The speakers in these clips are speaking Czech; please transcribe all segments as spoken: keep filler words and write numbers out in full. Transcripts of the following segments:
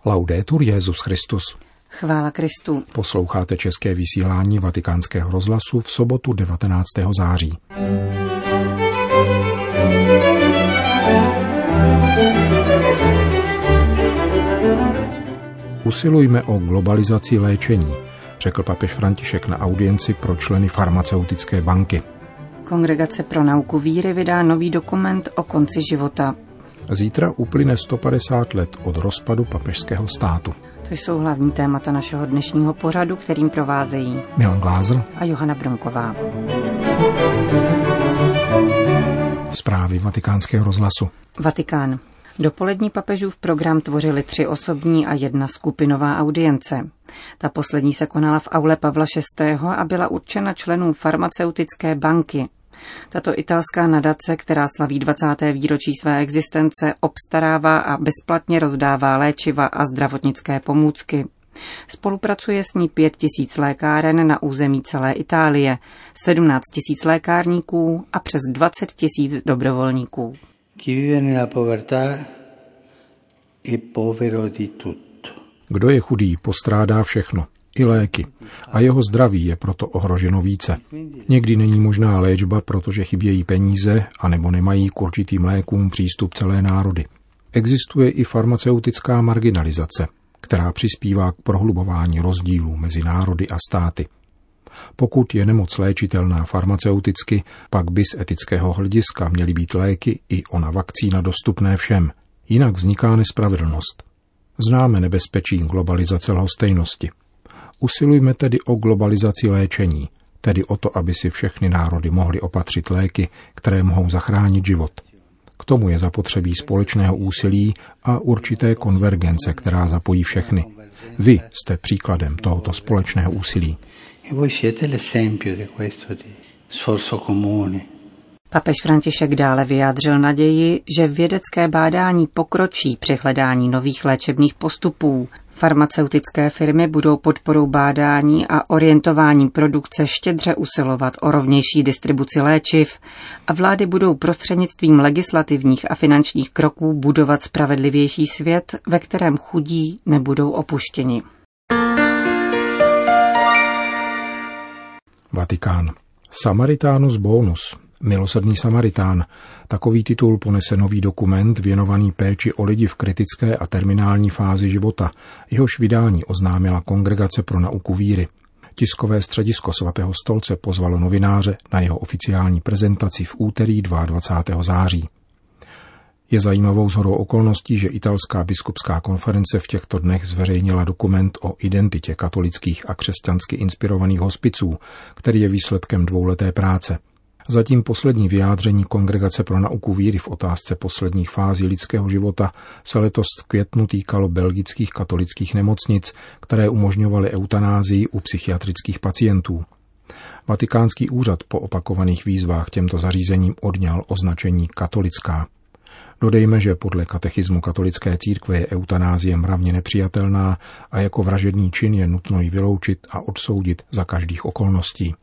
Laudetur Jesus Christus. Chvála Kristu. Posloucháte české vysílání Vatikánského rozhlasu v sobotu devatenáctého září. Usilujme o globalizaci léčení, řekl papež František na audienci pro členy farmaceutické banky. Kongregace pro nauku víry vydá nový dokument o konci života. Zítra uplyne sto padesát let od rozpadu papežského státu. To jsou hlavní témata našeho dnešního pořadu, kterým provázejí Milan Glázer a Johana Bronková. Zprávy Vatikánského rozhlasu. Vatikán. Dopolední papežův program tvořili tři osobní a jedna skupinová audience. Ta poslední se konala v aule Pavla šestého. a byla určena členům farmaceutické banky. Tato italská nadace, která slaví dvacáté výročí své existence, obstarává a bezplatně rozdává léčiva a zdravotnické pomůcky. Spolupracuje s ní pět tisíc lékáren na území celé Itálie, sedmnáct tisíc lékárníků a přes dvacet tisíc dobrovolníků. Kdo je chudý, postrádá všechno, i léky, a jeho zdraví je proto ohroženo více. Někdy není možná léčba, protože chybějí peníze, anebo nemají k určitým lékům přístup celé národy. Existuje i farmaceutická marginalizace, která přispívá k prohlubování rozdílů mezi národy a státy. Pokud je nemoc léčitelná farmaceuticky, pak by z etického hlediska měly být léky i ona vakcína dostupné všem. Jinak vzniká nespravedlnost. Známe nebezpečí globalizace lhostejnosti. Usilujme tedy o globalizaci léčení, tedy o to, aby si všechny národy mohly opatřit léky, které mohou zachránit život. K tomu je zapotřebí společného úsilí a určité konvergence, která zapojí všechny. Vy jste příkladem tohoto společného úsilí. Papež František dále vyjádřil naději, že vědecké bádání pokročí při hledání nových léčebných postupů. Farmaceutické firmy budou podporou bádání a orientováním produkce štědře usilovat o rovnější distribuci léčiv a vlády budou prostřednictvím legislativních a finančních kroků budovat spravedlivější svět, ve kterém chudí nebudou opuštěni. Vatikán. Samaritanus bonus. Milosrdný Samaritán. Takový titul ponese nový dokument věnovaný péči o lidi v kritické a terminální fázi života. Jehož vydání oznámila Kongregace pro nauku víry. Tiskové středisko svatého stolce pozvalo novináře na jeho oficiální prezentaci v úterý dvacátého druhého září. Je zajímavou shodou okolností, že italská biskupská konference v těchto dnech zveřejnila dokument o identitě katolických a křesťansky inspirovaných hospiců, který je výsledkem dvouleté práce. Zatím poslední vyjádření Kongregace pro nauku víry v otázce posledních fází lidského života se letos v květnu týkalo belgických katolických nemocnic, které umožňovaly eutanázii u psychiatrických pacientů. Vatikánský úřad po opakovaných výzvách těmto zařízením odňal označení katolická. Dodejme, že podle katechismu katolické církve je eutanázie mravně nepřijatelná a jako vražedný čin je nutno ji vyloučit a odsoudit za každých okolností.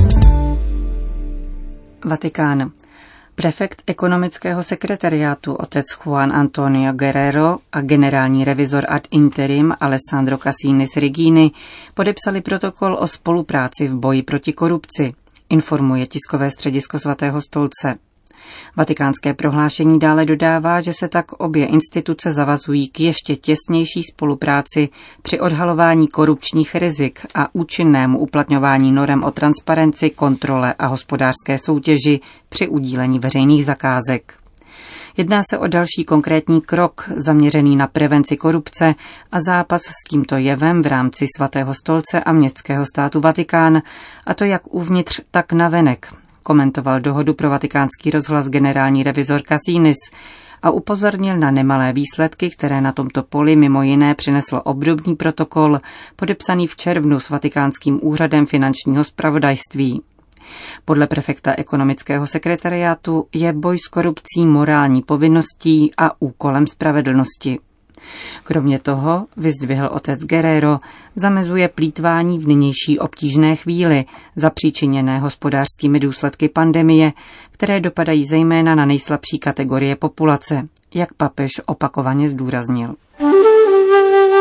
Vatikán. Prefekt ekonomického sekretariátu otec Juan Antonio Guerrero a generální revizor ad interim Alessandro Cassinis Rigini podepsali protokol o spolupráci v boji proti korupci, informuje tiskové středisko svatého stolce. Vatikánské prohlášení dále dodává, že se tak obě instituce zavazují k ještě těsnější spolupráci při odhalování korupčních rizik a účinnému uplatňování norem o transparenci, kontrole a hospodářské soutěži při udílení veřejných zakázek. Jedná se o další konkrétní krok zaměřený na prevenci korupce a zápas s tímto jevem v rámci svatého stolce a městského státu Vatikán, a to jak uvnitř, tak navenek, komentoval dohodu pro Vatikánský rozhlas generální revizor Cassinis a upozornil na nemalé výsledky, které na tomto poli mimo jiné přinesl obdobný protokol podepsaný v červnu s Vatikánským úřadem finančního zpravodajství. Podle prefekta ekonomického sekretariátu je boj s korupcí morální povinností a úkolem spravedlnosti. Kromě toho, vyzdvihl otec Guerrero, zamezuje plýtvání v nynější obtížné chvíli, zapříčiněné hospodářskými důsledky pandemie, které dopadají zejména na nejslabší kategorie populace, jak papež opakovaně zdůraznil.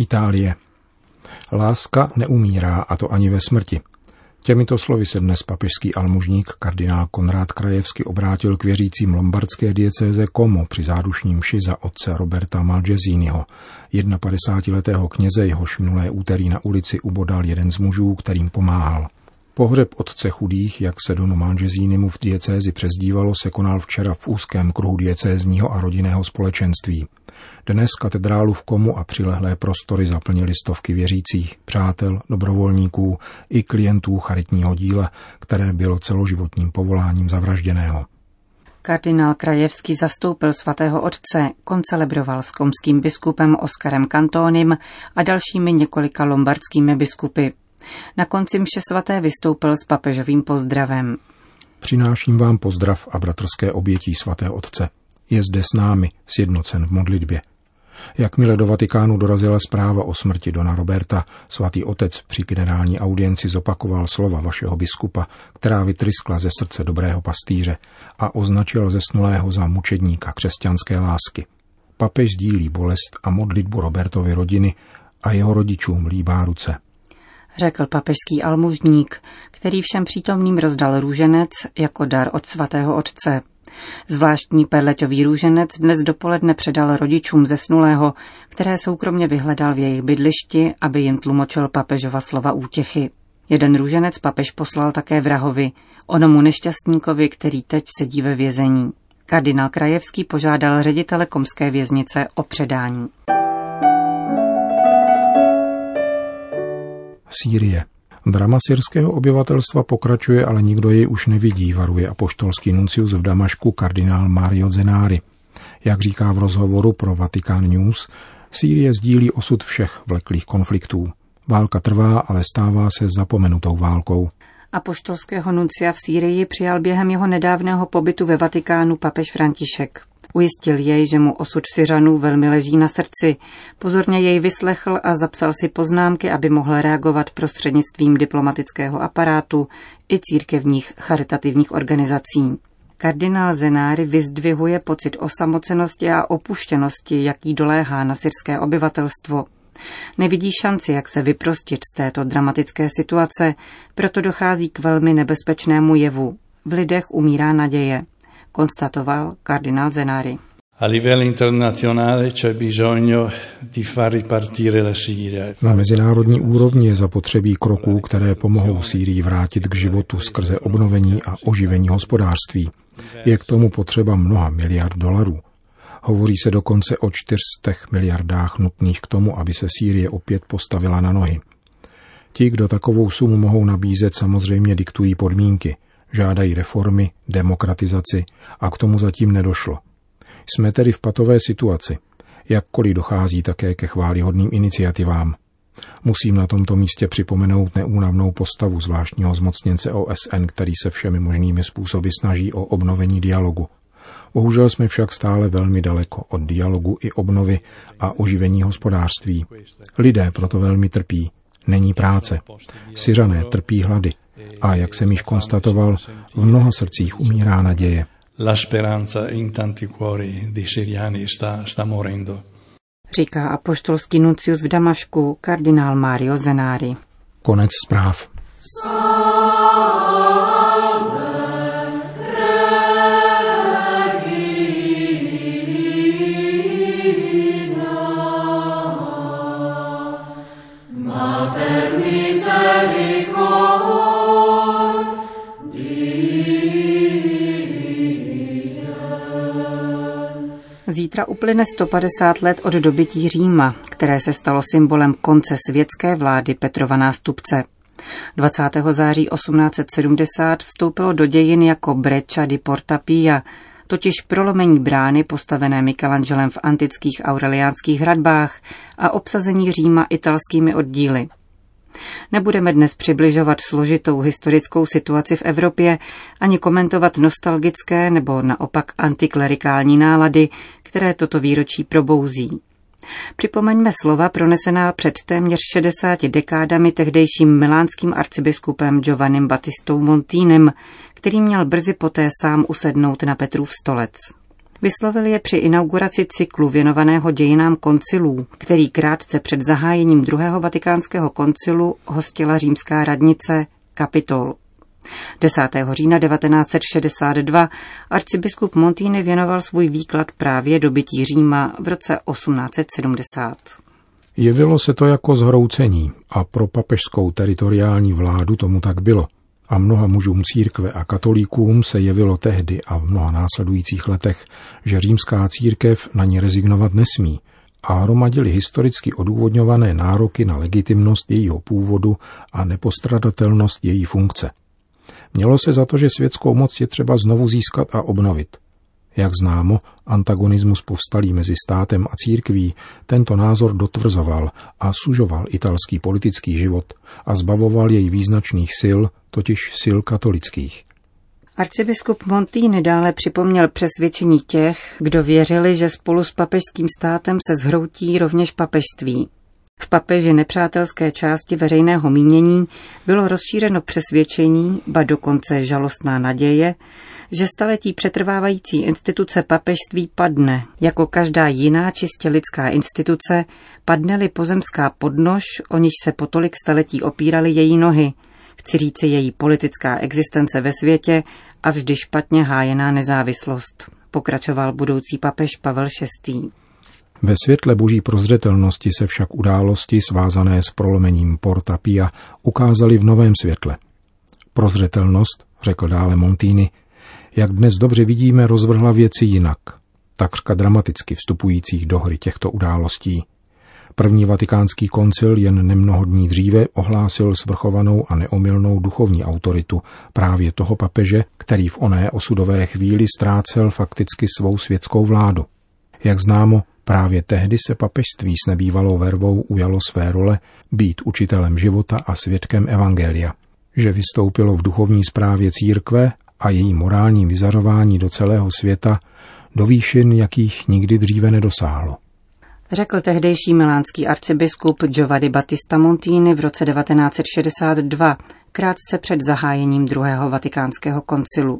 Itálie. Láska neumírá, a to ani ve smrti. Těmito slovy se dnes papežský almužník kardinál Konrád Krajevský obrátil k věřícím lombardské diecéze Como při zádušní mši za otce Roberta Malgesinyho, padesátidvouletého kněze, jehož minulé úterý na ulici ubodal jeden z mužů, kterým pomáhal. Pohřeb otce chudých, jak se donu Malgesinymu v diecézi přezdívalo, se konal včera v úzkém kruhu diecézního a rodinného společenství. Dnes katedrálu v Komu a přilehlé prostory zaplnili stovky věřících, přátel, dobrovolníků i klientů charitního díla, které bylo celoživotním povoláním zavražděného. Kardinál Krajevský zastoupil svatého otce, koncelebroval s komským biskupem Oskarem Cantonim a dalšími několika lombardskými biskupy. Na konci mše svaté vystoupil s papežovým pozdravem. Přináším vám pozdrav a bratrské obětí svatého otce. Je zde s námi, sjednocen v modlitbě. Jakmile do Vatikánu dorazila zpráva o smrti dona Roberta, svatý otec při generální audienci zopakoval slova vašeho biskupa, která vytryskla ze srdce dobrého pastýře, a označil zesnulého za mučedníka křesťanské lásky. Papež sdílí bolest a modlitbu Robertovy rodiny a jeho rodičům líbá ruce. Řekl papežský almužník, který všem přítomným rozdal růženec jako dar od svatého otce. Zvláštní perleťový růženec dnes dopoledne předal rodičům zesnulého, které soukromně vyhledal v jejich bydlišti, aby jim tlumočil papežova slova útěchy. Jeden růženec papež poslal také vrahovi, onomu nešťastníkovi, který teď sedí ve vězení. Kardinál Krajevský požádal ředitele komské věznice o předání. Sýrie. Drama syrského obyvatelstva pokračuje, ale nikdo jej už nevidí, varuje apoštolský nuncius v Damašku kardinál Mario Zenari. Jak říká v rozhovoru pro Vatican News, Sýrie sdílí osud všech vleklých konfliktů. Válka trvá, ale stává se zapomenutou válkou. Apoštolského nuncia v Sýrii přijal během jeho nedávného pobytu ve Vatikánu papež František. Ujistil jej, že mu osud Syřanů velmi leží na srdci. Pozorně jej vyslechl a zapsal si poznámky, aby mohl reagovat prostřednictvím diplomatického aparátu i církevních charitativních organizací. Kardinál Zenari vyzdvihuje pocit osamocenosti a opuštěnosti, jaký doléhá na syrské obyvatelstvo. Nevidí šanci, jak se vyprostit z této dramatické situace, proto dochází k velmi nebezpečnému jevu. V lidech umírá naděje, konstatoval kardinál Zenari. A livello internazionale c'è bisogno di far ripartire la Siria. Na mezinárodní úrovni je zapotřebí kroků, které pomohou Sýrii vrátit k životu skrze obnovení a oživení hospodářství. Je k tomu potřeba mnoha miliard dolarů. Hovoří se dokonce o čtyřstech miliardách nutných k tomu, aby se Sýrie opět postavila na nohy. Ti, kdo takovou sumu mohou nabízet, samozřejmě diktují podmínky. Žádají reformy, demokratizaci a k tomu zatím nedošlo. Jsme tedy v patové situaci. Jakkoliv dochází také ke chvályhodným iniciativám. Musím na tomto místě připomenout neúnavnou postavu zvláštního zmocněnce O S N, který se všemi možnými způsoby snaží o obnovení dialogu. Bohužel jsme však stále velmi daleko od dialogu i obnovy a oživení hospodářství. Lidé proto velmi trpí. Není práce. Syřané trpí hlady. A jak jsem již konstatoval, v mnoha srdcích umírá naděje. La speranza in tanti cuori di siriani sta, sta morendo. Říká apoštolský nuncius v Damašku kardinál Mario Zenari. Konec zpráv. Zítra uplyne sto padesát let od dobytí Říma, které se stalo symbolem konce světské vlády Petrova nástupce. dvacátého září osmnáct set sedmdesát vstoupilo do dějin jako Breccia di Porta Pia, totiž prolomení brány postavené Michelangelem v antických aureliánských hradbách a obsazení Říma italskými oddíly. Nebudeme dnes přibližovat složitou historickou situaci v Evropě ani komentovat nostalgické nebo naopak antiklerikální nálady, které toto výročí probouzí. Připomeňme slova pronesená před téměř šedesáti dekádami tehdejším milánským arcibiskupem Giovannim Battistou Montinem, který měl brzy poté sám usednout na Petrův stolec. Vyslovil je při inauguraci cyklu věnovaného dějinám koncilů, který krátce před zahájením druhého vatikánského koncilu hostila římská radnice Kapitol. desátého října devatenáct set šedesát dva arcibiskup Montini věnoval svůj výklad právě dobytí Říma v roce osmnáct set sedmdesát. Jevilo se to jako zhroucení a pro papežskou teritoriální vládu tomu tak bylo. A mnoha mužům církve a katolíkům se jevilo tehdy a v mnoha následujících letech, že římská církev na ní rezignovat nesmí a hromadili historicky odůvodňované nároky na legitimnost jejího původu a nepostradatelnost její funkce. Mělo se za to, že světskou moc je třeba znovu získat a obnovit. Jak známo, antagonismus povstalý mezi státem a církví tento názor dotvrzoval a sužoval italský politický život a zbavoval jej význačných sil, totiž sil katolických. Arcibiskup Montini dále připomněl přesvědčení těch, kdo věřili, že spolu s papežským státem se zhroutí rovněž papežství. V papeži nepřátelské části veřejného mínění bylo rozšířeno přesvědčení, ba dokonce žalostná naděje, že staletí přetrvávající instituce papežství padne, jako každá jiná čistě lidská instituce, padne-li pozemská podnož, o níž se po tolik staletí opíraly její nohy, chci říci její politická existence ve světě a vždy špatně hájená nezávislost, pokračoval budoucí papež Pavel šestý. Ve světle boží prozřetelnosti se však události svázané s prolomením Porta Pia ukázaly v novém světle. Prozřetelnost, řekl dále Montini, jak dnes dobře vidíme, rozvrhla věci jinak, takřka dramaticky vstupujících do hry těchto událostí. První vatikánský koncil jen nemnoho dní dříve ohlásil svrchovanou a neomylnou duchovní autoritu právě toho papeže, který v oné osudové chvíli ztrácel fakticky svou světskou vládu. Jak známo, právě tehdy se papežství s nebývalou vervou ujalo své role být učitelem života a svědkem evangelia, že vystoupilo v duchovní správě církve a její morálním vyzařování do celého světa do výšin, jakých nikdy dříve nedosáhlo. Řekl tehdejší milánský arcibiskup Giovanni Battista Montini v roce devatenáct set šedesát dva, krátce před zahájením druhého vatikánského koncilu.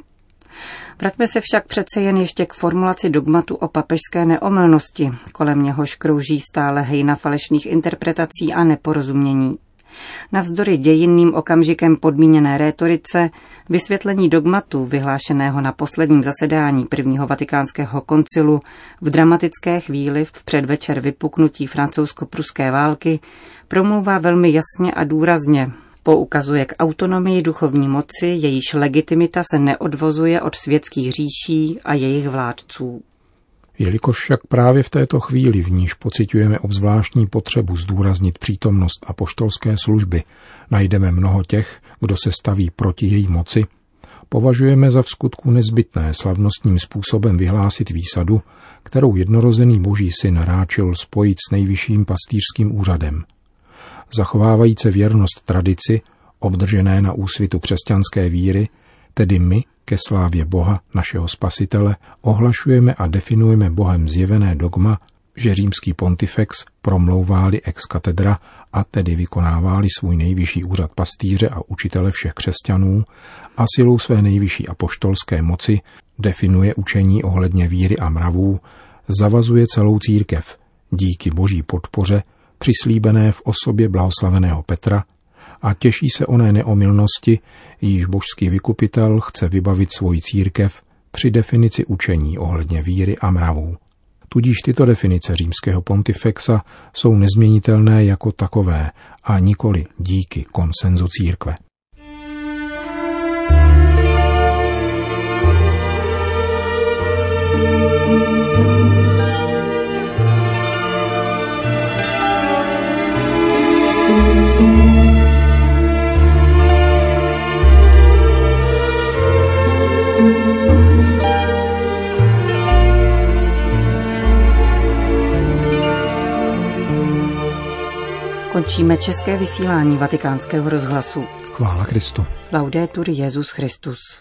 Vraťme se však přece jen ještě k formulaci dogmatu o papežské neomylnosti, kolem něhož krouží stále hejna falešných interpretací a neporozumění. Navzdory dějinným okamžikem podmíněné rétorice, vysvětlení dogmatu, vyhlášeného na posledním zasedání prvního vatikánského koncilu v dramatické chvíli v předvečer vypuknutí francouzsko-pruské války, promlouvá velmi jasně a důrazně. Poukazuje k autonomii duchovní moci, jejíž legitimita se neodvozuje od světských říší a jejich vládců. Jelikož však právě v této chvíli, v níž pociťujeme obzvláštní potřebu zdůraznit přítomnost apoštolské služby, najdeme mnoho těch, kdo se staví proti její moci, považujeme za vskutku nezbytné slavnostním způsobem vyhlásit výsadu, kterou jednorozený boží syn ráčil spojit s nejvyšším pastýřským úřadem. Zachovávajíce věrnost tradici, obdržené na úsvitu křesťanské víry, tedy my, ke slávě Boha, našeho spasitele, ohlašujeme a definujeme Bohem zjevené dogma, že římský pontifex promlouvá-li ex cathedra a tedy vykonává-li svůj nejvyšší úřad pastýře a učitele všech křesťanů a silou své nejvyšší apoštolské moci definuje učení ohledně víry a mravů, zavazuje celou církev díky boží podpoře přislíbené v osobě blahoslaveného Petra a těší se oné neomylnosti, jíž božský vykupitel chce vybavit svoji církev při definici učení ohledně víry a mravů. Tudíž tyto definice římského pontifexa jsou nezměnitelné jako takové a nikoli díky konsenzu církve. Končíme české vysílání Vatikánského rozhlasu. Chvála Kristu. Laudetur Jesus Christus.